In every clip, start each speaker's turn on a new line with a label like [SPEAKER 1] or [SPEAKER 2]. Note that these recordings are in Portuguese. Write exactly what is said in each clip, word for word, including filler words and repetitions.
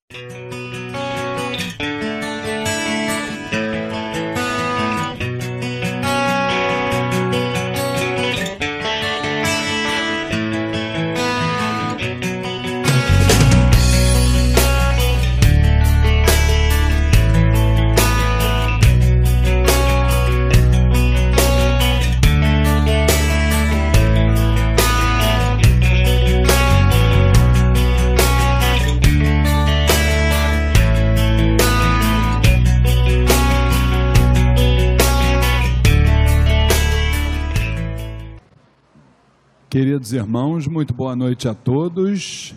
[SPEAKER 1] Queridos irmãos, muito boa noite a todos.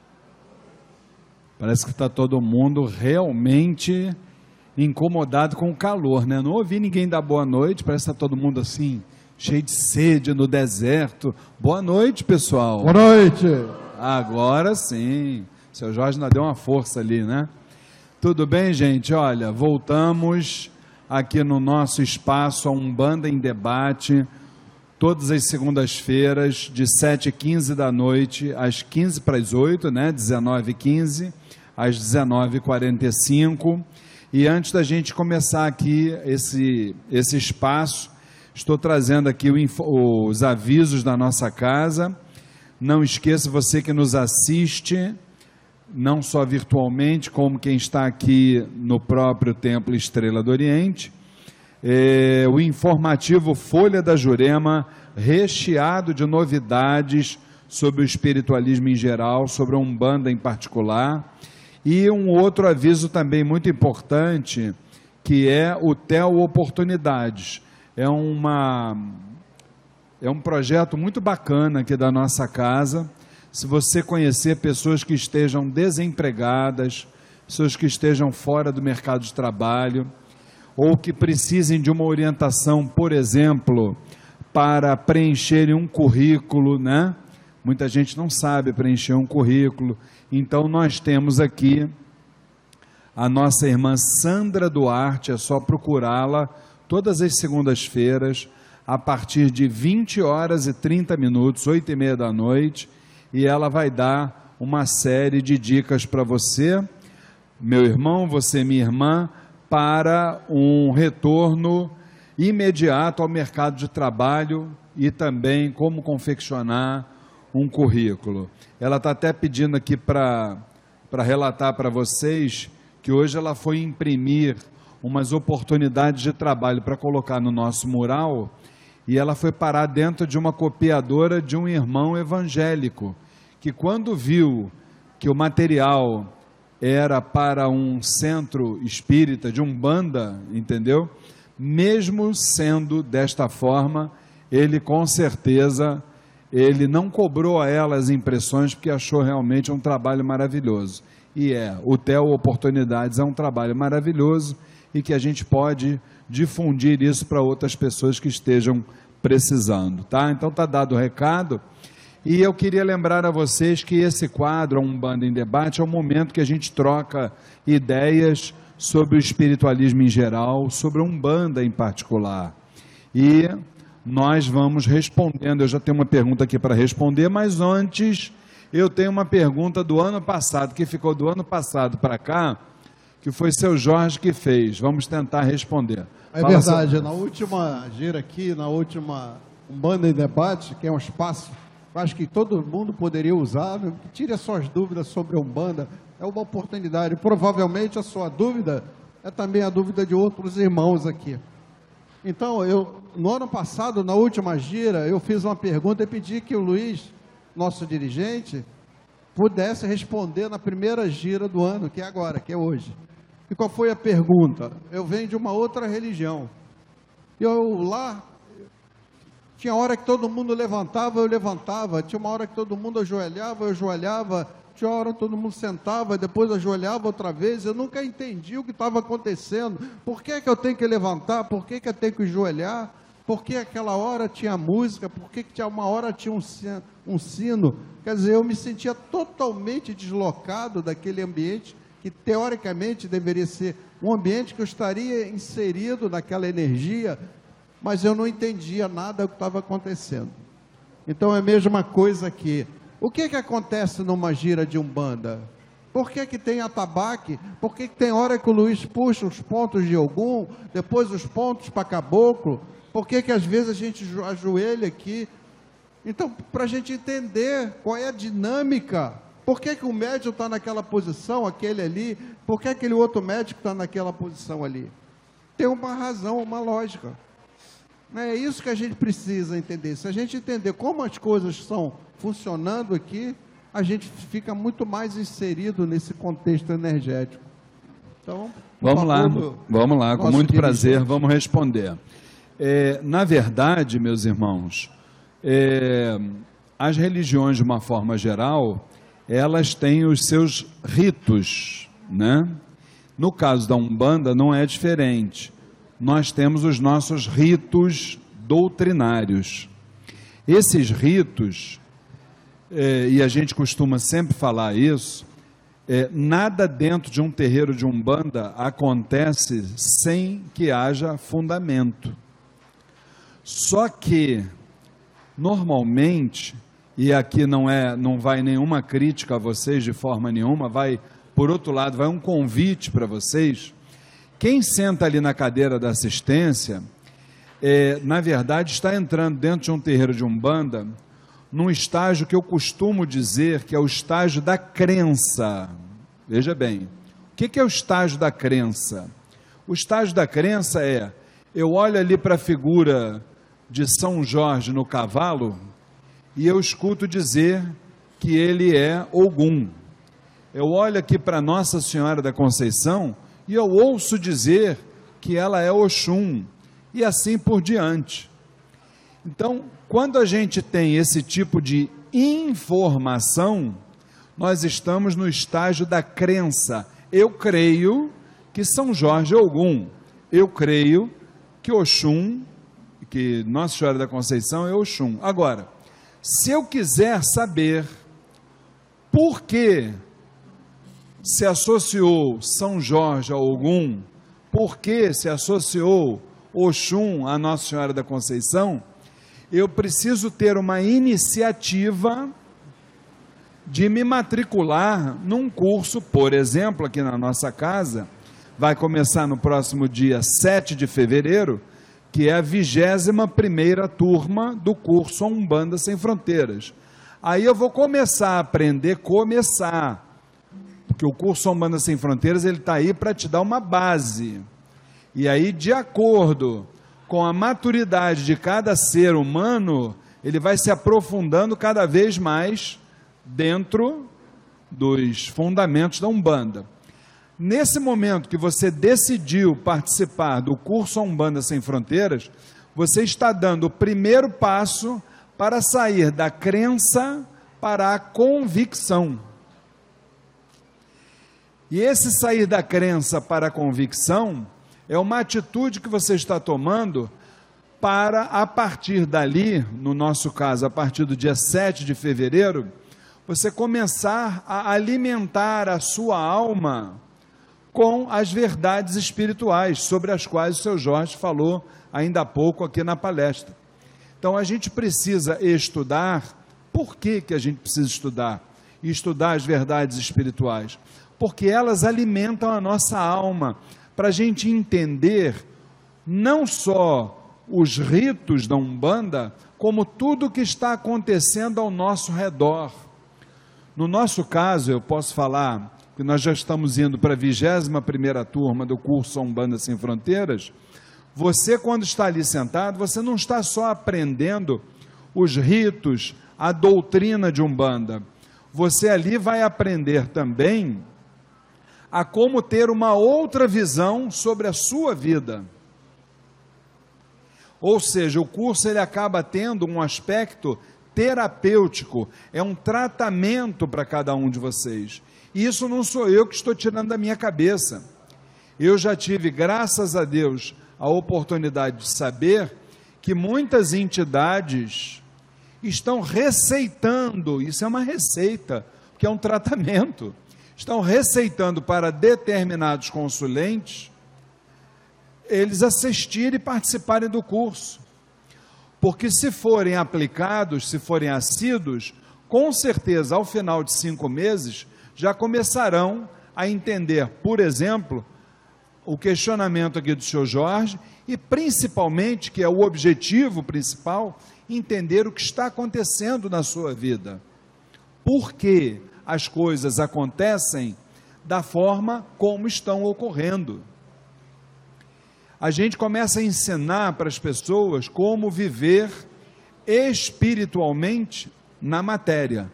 [SPEAKER 1] Parece que está todo mundo realmente incomodado com o calor, né? Não ouvi ninguém dar boa noite, parece que está todo mundo assim, cheio de sede no deserto. Boa noite, pessoal.
[SPEAKER 2] Boa noite.
[SPEAKER 1] Agora sim. O seu Jorge ainda deu uma força ali, né? Tudo bem, gente? Olha, voltamos aqui no nosso espaço a Umbanda em Debate, todas as segundas-feiras, de sete e quinze da noite, às quinze para as oito, né? dezenove e quinze, às dezenove e quarenta e cinco. E antes da gente começar aqui esse, esse espaço, estou trazendo aqui o info, os avisos da nossa casa. Não esqueça, você que nos assiste, não só virtualmente, como quem está aqui no próprio Templo Estrela do Oriente, É, o informativo Folha da Jurema, recheado de novidades sobre o espiritualismo em geral, sobre a Umbanda em particular, e um outro aviso também muito importante, que é o Theo Oportunidades. É, uma, é um projeto muito bacana aqui da nossa casa. Se você conhecer pessoas que estejam desempregadas, pessoas que estejam fora do mercado de trabalho, ou que precisem de uma orientação, por exemplo, para preencherem um currículo, né? Muita gente não sabe preencher um currículo. Então, nós temos aqui a nossa irmã Sandra Duarte, é só procurá-la todas as segundas-feiras, a partir de vinte horas e trinta minutos, oito e meia da noite, e ela vai dar uma série de dicas para você, meu irmão, você minha irmã, para um retorno imediato ao mercado de trabalho e também como confeccionar um currículo. Ela está até pedindo aqui para para relatar para vocês que hoje ela foi imprimir umas oportunidades de trabalho para colocar no nosso mural, e ela foi parar dentro de uma copiadora de um irmão evangélico, que quando viu que o material era para um centro espírita de Umbanda, entendeu? Mesmo sendo desta forma, ele com certeza, ele não cobrou a ela as impressões, porque achou realmente um trabalho maravilhoso. E é, o Theo Oportunidades é um trabalho maravilhoso e que a gente pode difundir isso para outras pessoas que estejam precisando, tá? Então tá dado o recado. E eu queria lembrar a vocês que esse quadro, Umbanda em Debate, é um momento que a gente troca ideias sobre o espiritualismo em geral, sobre a Umbanda em particular. E nós vamos respondendo, eu já tenho uma pergunta aqui para responder, mas antes eu tenho uma pergunta do ano passado, que ficou do ano passado para cá, que foi seu Jorge que fez. Vamos tentar responder.
[SPEAKER 2] É Fala verdade, seu... na última gira aqui, na última Umbanda em Debate, que é um espaço, acho que todo mundo poderia usar, tire as suas dúvidas sobre a Umbanda, é uma oportunidade. Provavelmente a sua dúvida é também a dúvida de outros irmãos aqui. Então, eu, no ano passado, na última gira, eu fiz uma pergunta e pedi que o Luiz, nosso dirigente, pudesse responder na primeira gira do ano, que é agora, que é hoje. E qual foi a pergunta? Eu venho de uma outra religião. Eu lá... Tinha hora que todo mundo levantava, eu levantava. Tinha uma hora que todo mundo ajoelhava, eu ajoelhava. Tinha hora que todo mundo sentava, depois ajoelhava outra vez. Eu nunca entendi o que estava acontecendo. Por que que eu tenho que levantar? Por que que eu tenho que ajoelhar? Por que aquela hora tinha música? Por que que tinha uma hora tinha um sino, um sino? Quer dizer, eu me sentia totalmente deslocado daquele ambiente que teoricamente deveria ser um ambiente que eu estaria inserido naquela energia, mas eu não entendia nada do que estava acontecendo. Então é a mesma coisa aqui. O que que acontece numa gira de Umbanda? Por que que tem atabaque? Por que que tem hora que o Luiz puxa os pontos de Ogum, depois os pontos para caboclo? Por que que às vezes a gente ajoelha aqui? Então, para a gente entender qual é a dinâmica, por que que o médium está naquela posição, aquele ali, por que aquele outro médico está naquela posição ali? Tem uma razão, uma lógica. É isso que a gente precisa entender. Se a gente entender como as coisas estão funcionando aqui, a gente fica muito mais inserido nesse contexto energético. Então,
[SPEAKER 1] vamos
[SPEAKER 2] favor,
[SPEAKER 1] lá,
[SPEAKER 2] meu,
[SPEAKER 1] vamos lá, com muito
[SPEAKER 2] dirigente.
[SPEAKER 1] prazer, vamos responder. É, na verdade, meus irmãos, é, as religiões, de uma forma geral, elas têm os seus ritos, né? No caso da Umbanda, não é diferente. Nós temos os nossos ritos doutrinários. Esses ritos, é, e a gente costuma sempre falar isso, é, nada dentro de um terreiro de Umbanda acontece sem que haja fundamento. Só que, normalmente, e aqui não, é, não vai nenhuma crítica a vocês de forma nenhuma, vai, por outro lado, vai um convite para vocês. Quem senta ali na cadeira da assistência, é, na verdade, está entrando dentro de um terreiro de Umbanda, num estágio que eu costumo dizer que é o estágio da crença. Veja bem, o que, que é o estágio da crença? O estágio da crença é, eu olho ali para a figura de São Jorge no cavalo, e eu escuto dizer que ele é Ogum. Eu olho aqui para Nossa Senhora da Conceição, e eu ouço dizer que ela é Oxum, e assim por diante. Então, quando a gente tem esse tipo de informação, nós estamos no estágio da crença. Eu creio que São Jorge é Ogum, eu creio que Oxum, que Nossa Senhora da Conceição é Oxum. Agora, se eu quiser saber por que se associou São Jorge a Ogum, por que se associou Oxum a Nossa Senhora da Conceição, eu preciso ter uma iniciativa de me matricular num curso, por exemplo, aqui na nossa casa, vai começar no próximo dia sete de fevereiro, que é a vigésima primeira turma do curso Umbanda Sem Fronteiras. Aí eu vou começar a aprender, começar, porque o curso Umbanda Sem Fronteiras, ele está aí para te dar uma base, e aí de acordo com a maturidade de cada ser humano, ele vai se aprofundando cada vez mais dentro dos fundamentos da Umbanda. Nesse momento que você decidiu participar do curso Umbanda Sem Fronteiras, você está dando o primeiro passo para sair da crença para a convicção. E esse sair da crença para a convicção é uma atitude que você está tomando para, a partir dali, no nosso caso, a partir do dia sete de fevereiro, você começar a alimentar a sua alma com as verdades espirituais, sobre as quais o seu Jorge falou ainda há pouco aqui na palestra. Então a gente precisa estudar. Por que que a gente precisa estudar? E estudar as verdades espirituais? Porque elas alimentam a nossa alma, para a gente entender não só os ritos da Umbanda, como tudo o que está acontecendo ao nosso redor. No nosso caso, eu posso falar que nós já estamos indo para a vigésima primeira turma do curso Umbanda Sem Fronteiras. Você, quando está ali sentado, você não está só aprendendo os ritos, a doutrina de Umbanda. Você ali vai aprender também a como ter uma outra visão sobre a sua vida. Ou seja, o curso ele acaba tendo um aspecto terapêutico, é um tratamento para cada um de vocês. E isso não sou eu que estou tirando da minha cabeça. Eu já tive, graças a Deus, a oportunidade de saber que muitas entidades estão receitando, isso é uma receita, que é um tratamento, estão receitando para determinados consulentes, eles assistirem e participarem do curso. Porque se forem aplicados, se forem assíduos, com certeza, ao final de cinco meses, já começarão a entender, por exemplo, o questionamento aqui do senhor Jorge e principalmente, que é o objetivo principal, entender o que está acontecendo na sua vida. Por que as coisas acontecem da forma como estão ocorrendo. A gente começa a ensinar para as pessoas como viver espiritualmente na matéria.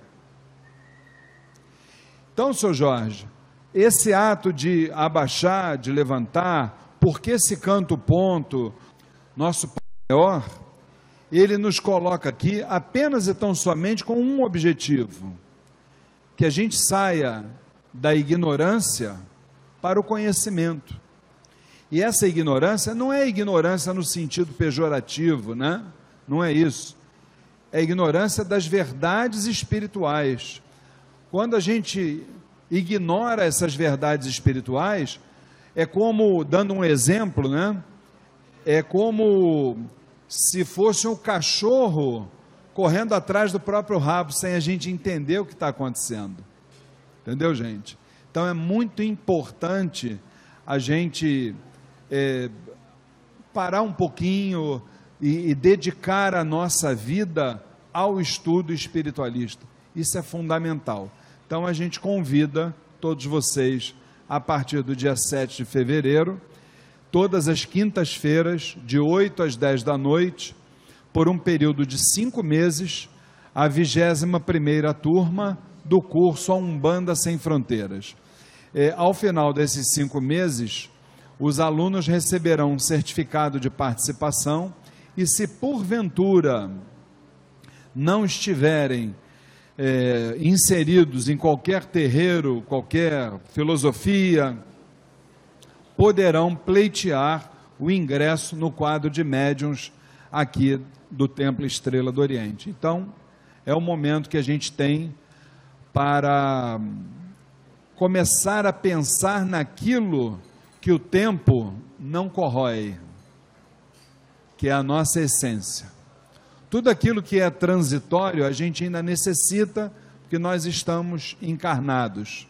[SPEAKER 1] Então, senhor Jorge, esse ato de abaixar, de levantar, porque se canta o ponto, nosso Pai maior, ele nos coloca aqui apenas e tão somente com um objetivo, que a gente saia da ignorância para o conhecimento. E essa ignorância não é ignorância no sentido pejorativo, né? Não é isso. É ignorância das verdades espirituais. Quando a gente ignora essas verdades espirituais, é como, dando um exemplo, né? É como se fosse um cachorro correndo atrás do próprio rabo, sem a gente entender o que está acontecendo. Entendeu, gente? Então é muito importante a gente é, parar um pouquinho e, e dedicar a nossa vida ao estudo espiritualista. Isso é fundamental. Então a gente convida todos vocês, a partir do dia sete de fevereiro, todas as quintas-feiras, de oito às dez da noite, por um período de cinco meses, a vigésima primeira turma do curso A Umbanda Sem Fronteiras. É, ao final desses cinco meses, os alunos receberão um certificado de participação e, se porventura não estiverem é, inseridos em qualquer terreiro, qualquer filosofia, poderão pleitear o ingresso no quadro de médiuns aqui do Templo Estrela do Oriente. Então, é o momento que a gente tem para começar a pensar naquilo que o tempo não corrói, que é a nossa essência. Tudo aquilo que é transitório, a gente ainda necessita, porque nós estamos encarnados,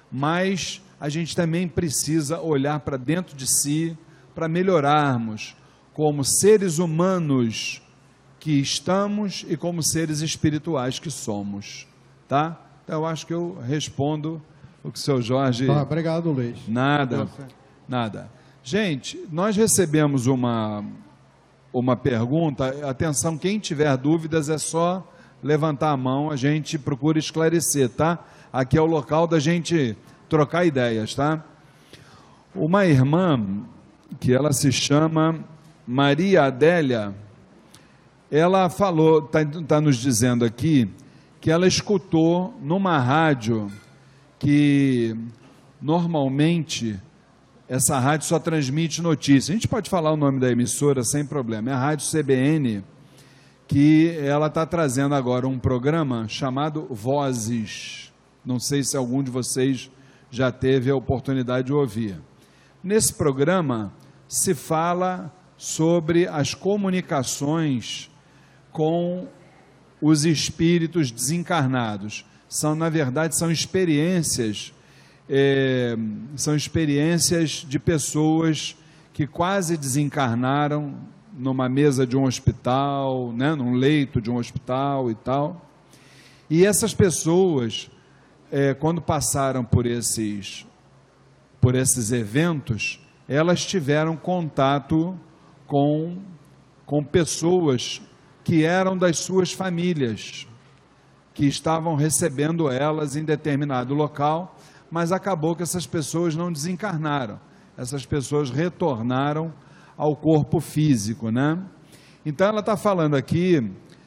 [SPEAKER 1] mas a gente também precisa olhar para dentro de si, para melhorarmos como seres humanos que estamos e como seres espirituais que somos, tá? Então eu acho que eu respondo o que o seu Jorge...
[SPEAKER 2] Tá, obrigado, Luiz.
[SPEAKER 1] Nada, nada. Gente, nós recebemos uma, uma pergunta, atenção, quem tiver dúvidas é só levantar a mão, a gente procura esclarecer, tá? Aqui é o local da gente trocar ideias, tá? Uma irmã, que ela se chama Maria Adélia, ela falou, está tá nos dizendo aqui, que ela escutou numa rádio que normalmente essa rádio só transmite notícias. A gente pode falar o nome da emissora sem problema, é a Rádio C B N, que ela está trazendo agora um programa chamado Vozes. Não sei se algum de vocês já teve a oportunidade de ouvir. Nesse programa se fala sobre as comunicações com os espíritos desencarnados. São, na verdade, são experiências, é, são experiências de pessoas que quase desencarnaram numa mesa de um hospital, né, num leito de um hospital e tal. E essas pessoas, é, quando passaram por esses, por esses eventos, elas tiveram contato com, com pessoas que eram das suas famílias, que estavam recebendo elas em determinado local, mas acabou que essas pessoas não desencarnaram, essas pessoas retornaram ao corpo físico, né? Então ela está falando aqui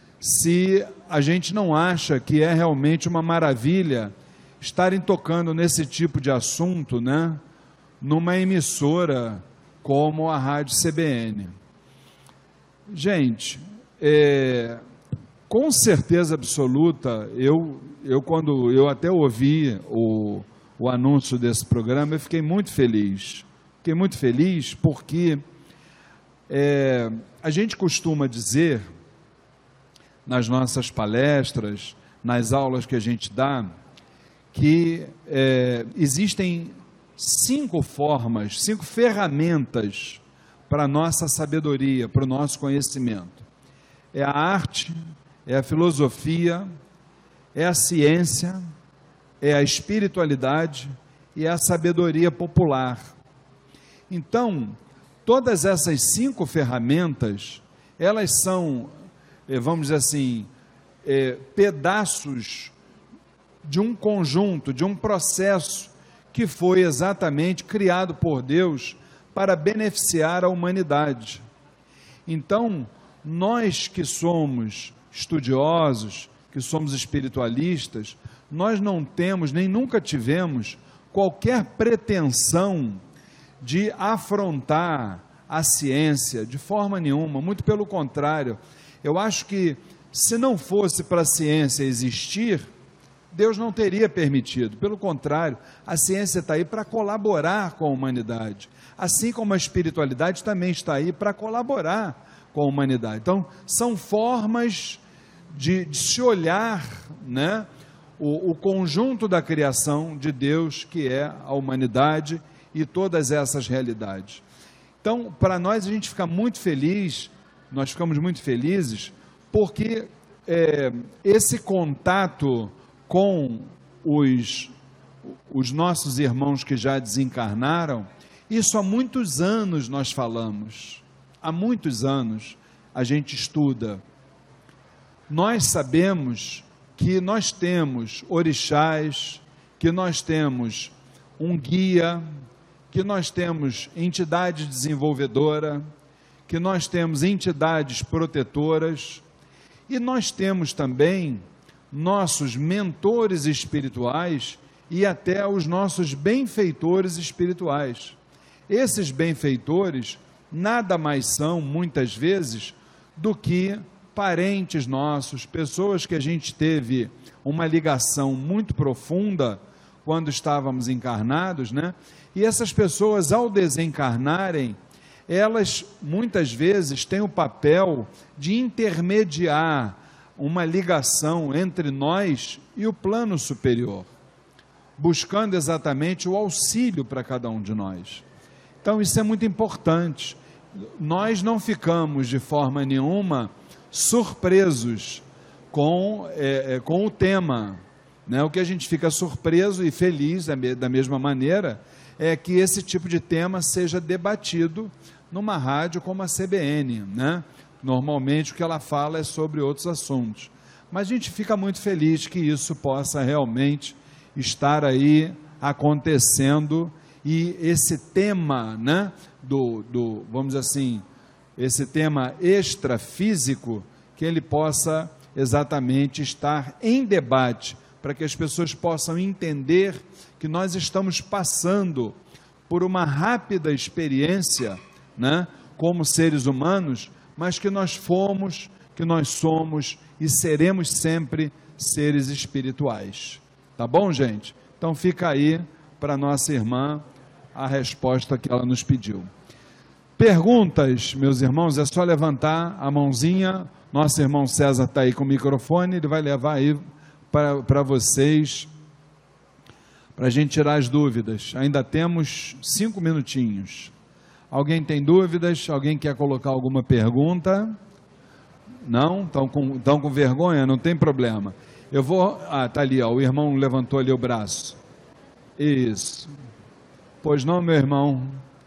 [SPEAKER 1] se a gente não acha que é realmente uma maravilha estarem tocando nesse tipo de assunto, né, numa emissora como a Rádio C B N. Gente, é, com certeza absoluta, eu, eu quando eu até ouvi o, o anúncio desse programa, eu fiquei muito feliz. Fiquei muito feliz porque é, a gente costuma dizer, nas nossas palestras, nas aulas que a gente dá, que é, existem cinco formas, cinco ferramentas para a nossa sabedoria, para o nosso conhecimento. É a arte, é a filosofia, é a ciência, é a espiritualidade e é a sabedoria popular. Então, todas essas cinco ferramentas, elas são, vamos dizer assim, é, pedaços de um conjunto, de um processo que foi exatamente criado por Deus para beneficiar a humanidade. Então, nós que somos estudiosos, que somos espiritualistas, nós não temos, nem nunca tivemos, qualquer pretensão de afrontar a ciência de forma nenhuma, muito pelo contrário. Eu acho que se não fosse para a ciência existir, Deus não teria permitido. Pelo contrário, a ciência está aí para colaborar com a humanidade, assim como a espiritualidade também está aí para colaborar com a humanidade. Então, são formas de, de se olhar, né, o, o conjunto da criação de Deus, que é a humanidade e todas essas realidades. Então, para nós, a gente fica muito feliz, nós ficamos muito felizes, porque é, esse contato com os, os nossos irmãos que já desencarnaram, isso há muitos anos nós falamos, há muitos anos a gente estuda. Nós sabemos que nós temos orixás, que nós temos um guia, que nós temos entidade desenvolvedora, que nós temos entidades protetoras, e nós temos também nossos mentores espirituais e até os nossos benfeitores espirituais. Esses benfeitores nada mais são, muitas vezes, do que parentes nossos, pessoas que a gente teve uma ligação muito profunda quando estávamos encarnados, né? E essas pessoas, ao desencarnarem, elas muitas vezes têm o papel de intermediar uma ligação entre nós e o plano superior, buscando exatamente o auxílio para cada um de nós. Então isso é muito importante. Nós não ficamos de forma nenhuma surpresos com, é, com o tema, né? O que a gente fica surpreso e feliz da, da mesma maneira é que esse tipo de tema seja debatido numa rádio como a C B N, né? Normalmente o que ela fala é sobre outros assuntos, mas a gente fica muito feliz que isso possa realmente estar aí acontecendo, e esse tema, né, do, do, vamos dizer assim, esse tema extrafísico, que ele possa exatamente estar em debate, para que as pessoas possam entender que nós estamos passando por uma rápida experiência, né, como seres humanos, mas que nós fomos, que nós somos e seremos sempre seres espirituais. Tá bom, gente? Então fica aí para nossa irmã a resposta que ela nos pediu. Perguntas, meus irmãos, é só levantar a mãozinha. Nosso irmão César está aí com o microfone, ele vai levar aí para vocês, para a gente tirar as dúvidas. Ainda temos cinco minutinhos. Alguém tem dúvidas? Alguém quer colocar alguma pergunta? Não? Estão com, estão com vergonha? Não tem problema. Eu vou... Ah, está ali, ó, o irmão levantou ali o braço. Isso. Pois não, meu irmão?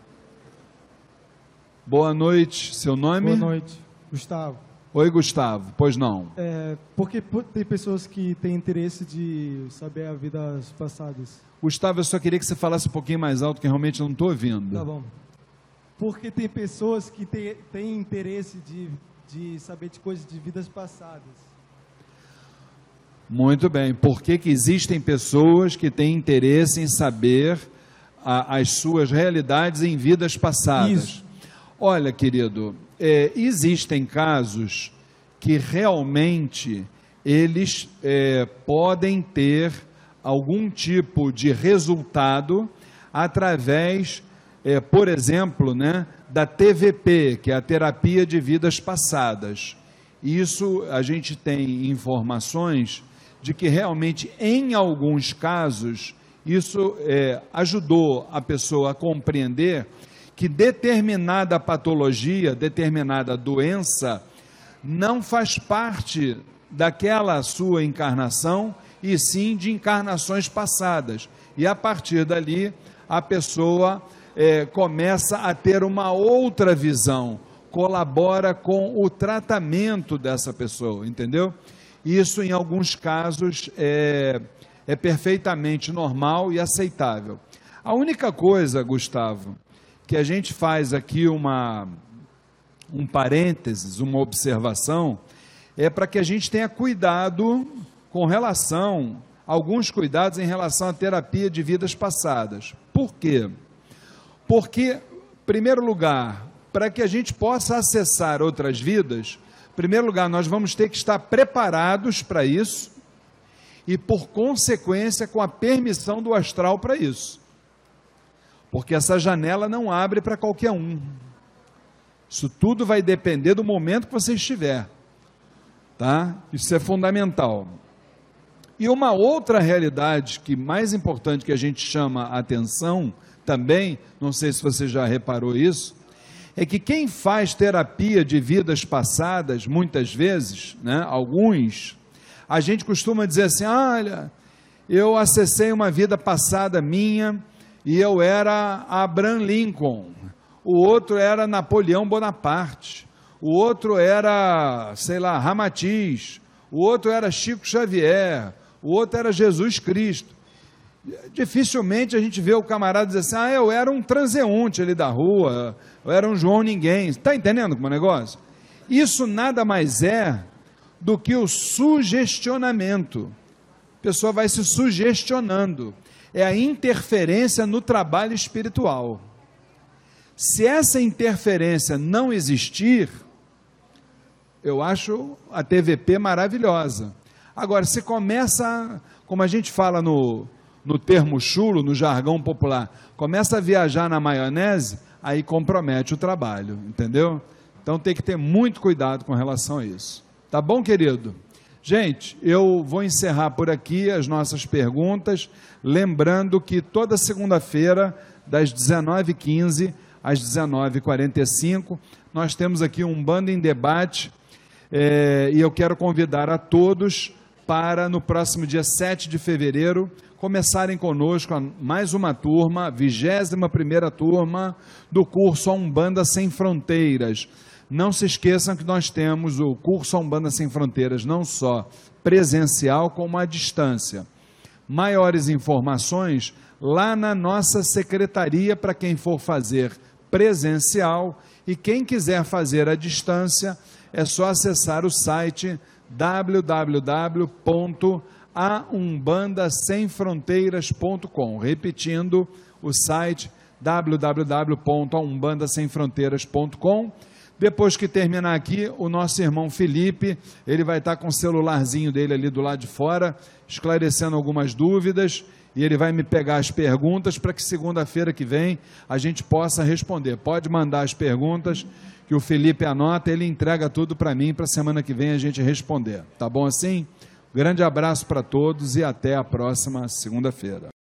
[SPEAKER 1] Boa noite. Seu nome?
[SPEAKER 3] Boa noite. Gustavo.
[SPEAKER 1] Oi, Gustavo. Pois não?
[SPEAKER 3] É, porque tem pessoas que têm interesse de saber as vidas passadas.
[SPEAKER 1] Gustavo, eu só queria que você falasse um pouquinho mais alto, que realmente eu não estou ouvindo.
[SPEAKER 3] Tá bom. Porque tem pessoas que têm, têm interesse de, de saber de coisas de vidas passadas.
[SPEAKER 1] Muito bem. Por que que existem pessoas que têm interesse em saber a, as suas realidades em vidas passadas?
[SPEAKER 3] Isso.
[SPEAKER 1] Olha, querido, é, existem casos que realmente eles é, podem ter algum tipo de resultado através, é, por exemplo, né, da T V P, que é a terapia de vidas passadas. Isso a gente tem informações de que realmente, em alguns casos, isso é, ajudou a pessoa a compreender que determinada patologia, determinada doença, não faz parte daquela sua encarnação, e sim de encarnações passadas. E a partir dali, a pessoa é, começa a ter uma outra visão, colabora com o tratamento dessa pessoa, entendeu? Isso, em alguns casos, é, é perfeitamente normal e aceitável. A única coisa, Gustavo, que a gente faz aqui uma, um parênteses, uma observação, é para que a gente tenha cuidado com relação, alguns cuidados em relação à terapia de vidas passadas. Por quê? Porque, em primeiro lugar, para que a gente possa acessar outras vidas, em primeiro lugar, nós vamos ter que estar preparados para isso e, por consequência, com a permissão do astral para isso. Porque essa janela não abre para qualquer um. Isso tudo vai depender do momento que você estiver. Tá? Isso é fundamental. E uma outra realidade que mais importante que a gente chama a atenção também, não sei se você já reparou isso, é que quem faz terapia de vidas passadas, muitas vezes, né, alguns, a gente costuma dizer assim, olha, eu acessei uma vida passada minha e eu era Abraham Lincoln, o outro era Napoleão Bonaparte, o outro era, sei lá, Ramatiz, o outro era Chico Xavier, o outro era Jesus Cristo. Dificilmente a gente vê o camarada dizer assim, ah, eu era um transeunte ali da rua, eu era um João Ninguém. Está entendendo como é o negócio? Isso nada mais é do que o sugestionamento. A pessoa vai se sugestionando. É a interferência no trabalho espiritual. Se essa interferência não existir, eu acho a T V P maravilhosa. Agora, se começa, como a gente fala no, no termo chulo, no jargão popular, começa a viajar na maionese, aí compromete o trabalho, entendeu? Então tem que ter muito cuidado com relação a isso. Tá bom, querido? Gente, eu vou encerrar por aqui as nossas perguntas, lembrando que toda segunda-feira, das dezenove e quinze às dezenove e quarenta e cinco, nós temos aqui um Umbanda em Debate, é, e eu quero convidar a todos para, no próximo dia sete de fevereiro, começarem conosco a mais uma turma, a vigésima primeira turma do curso A Umbanda Sem Fronteiras. Não se esqueçam que nós temos o curso A Umbanda Sem Fronteiras, não só presencial, como à distância. Maiores informações lá na nossa secretaria para quem for fazer presencial, e quem quiser fazer à distância, é só acessar o site w w w ponto a umbanda sem fronteiras ponto com, repetindo o site w w w ponto a umbanda sem fronteiras ponto com. Depois que terminar aqui, o nosso irmão Felipe, ele vai estar com o celularzinho dele ali do lado de fora, esclarecendo algumas dúvidas, e ele vai me pegar as perguntas para que segunda-feira que vem a gente possa responder. Pode mandar as perguntas que o Felipe anota, ele entrega tudo para mim, para a semana que vem a gente responder. Tá bom assim? Grande abraço para todos e até a próxima segunda-feira.